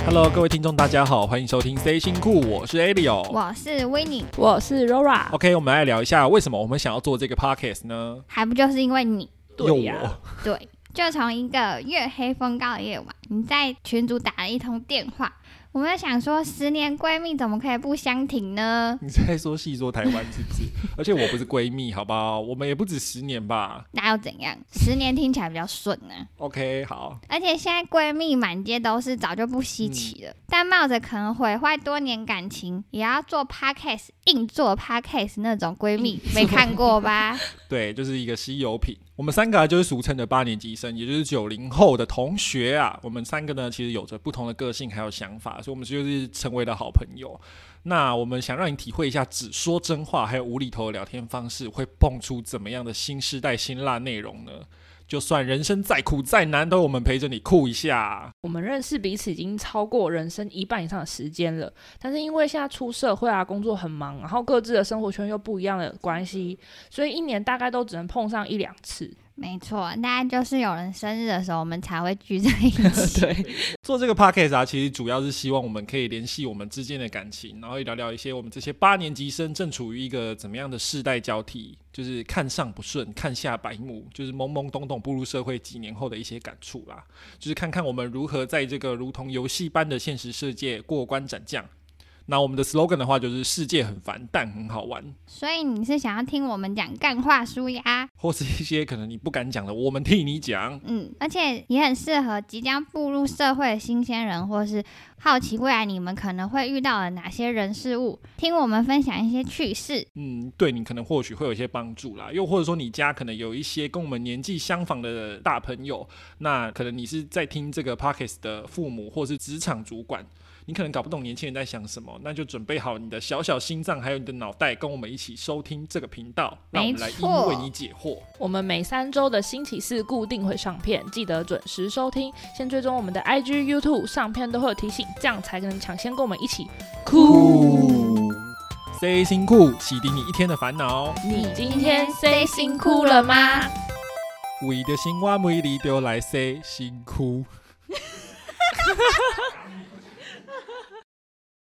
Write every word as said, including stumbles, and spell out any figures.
Hello， 各位听众，大家好，欢迎收听 Say 辛苦，我是 Elio， 我是 Winnie， 我是 Rora。OK， 我们来聊一下为什么我们想要做这个 podcast 呢？ 还不就是因为你？ 对呀、 啊， 对，就从一个月黑风高的夜晚，你在群组打了一通电话。我们想说，十年闺蜜怎么可以不相挺呢？ 你在说戏说台湾是不是？而且我不是闺蜜，好不好？我们也不止十年吧？ 那又怎样？十年听起来比较顺呢、啊。 OK， 好。 而且现在闺蜜满街都是，早就不稀奇了。嗯、但冒着可能毁坏多年感情，也要做 podcast， 硬做 podcast 那种闺蜜，没看过吧？ 对，就是一个稀有品。我们三个、啊、就是俗称的八年级生，也就是九零后的同学啊。我们三个呢，其实有着不同的个性还有想法，所以我们就是成为了好朋友。那我们想让你体会一下只说真话还有无厘头的聊天方式会蹦出怎么样的新世代辛辣内容呢？就算人生再苦再难，都有我们陪着你酷一下。 我们认识彼此已经超过人生一半以上的时间了，但是因为现在出社会啊，工作很忙，然后各自的生活圈又不一样的关系，所以一年大概都只能碰上一两次。 没错，大概就是有人生日的时候，我们才会聚在一起。 对，做这个 podcast 啊，其实主要是希望我们可以联系我们之间的感情，然后聊聊一些我们这些八年级生正处于一个怎么样的世代交替，就是看上不顺，看下白目，就是懵懵懂懂步入社会几年后的一些感触啦，就是看看我们如何在这个如同游戏般的现实世界过关斩将。那我们的 slogan 的话就是世界很烦但很好玩， 所以你是想要听我们讲干话书呀， 或是一些可能你不敢讲的我们替你讲。 嗯，而且也很适合即将步入社会的新鲜人，或是好奇未来你们可能会遇到的哪些人事物，听我们分享一些趣事。 嗯，对你可能或许会有一些帮助啦，又或者说你家可能有一些跟我们年纪相仿的大朋友，那可能你是在听这个 podcast 的父母或是职场主管，你可能搞不懂年轻人在想什么，那就准备好你的小小心脏还有你的脑袋，跟我们一起收听这个频道，让我们来一一为你解惑。 我们每三周的星期四固定会上片，记得准时收听。先追踪我们的 I G、YouTube， 上片都会有提醒，这样才能抢先跟我们一起酷。Say 辛苦，洗涤你一天的烦恼。 你今天 Say 辛苦了吗？ 为的生活每日就来 Say 辛苦。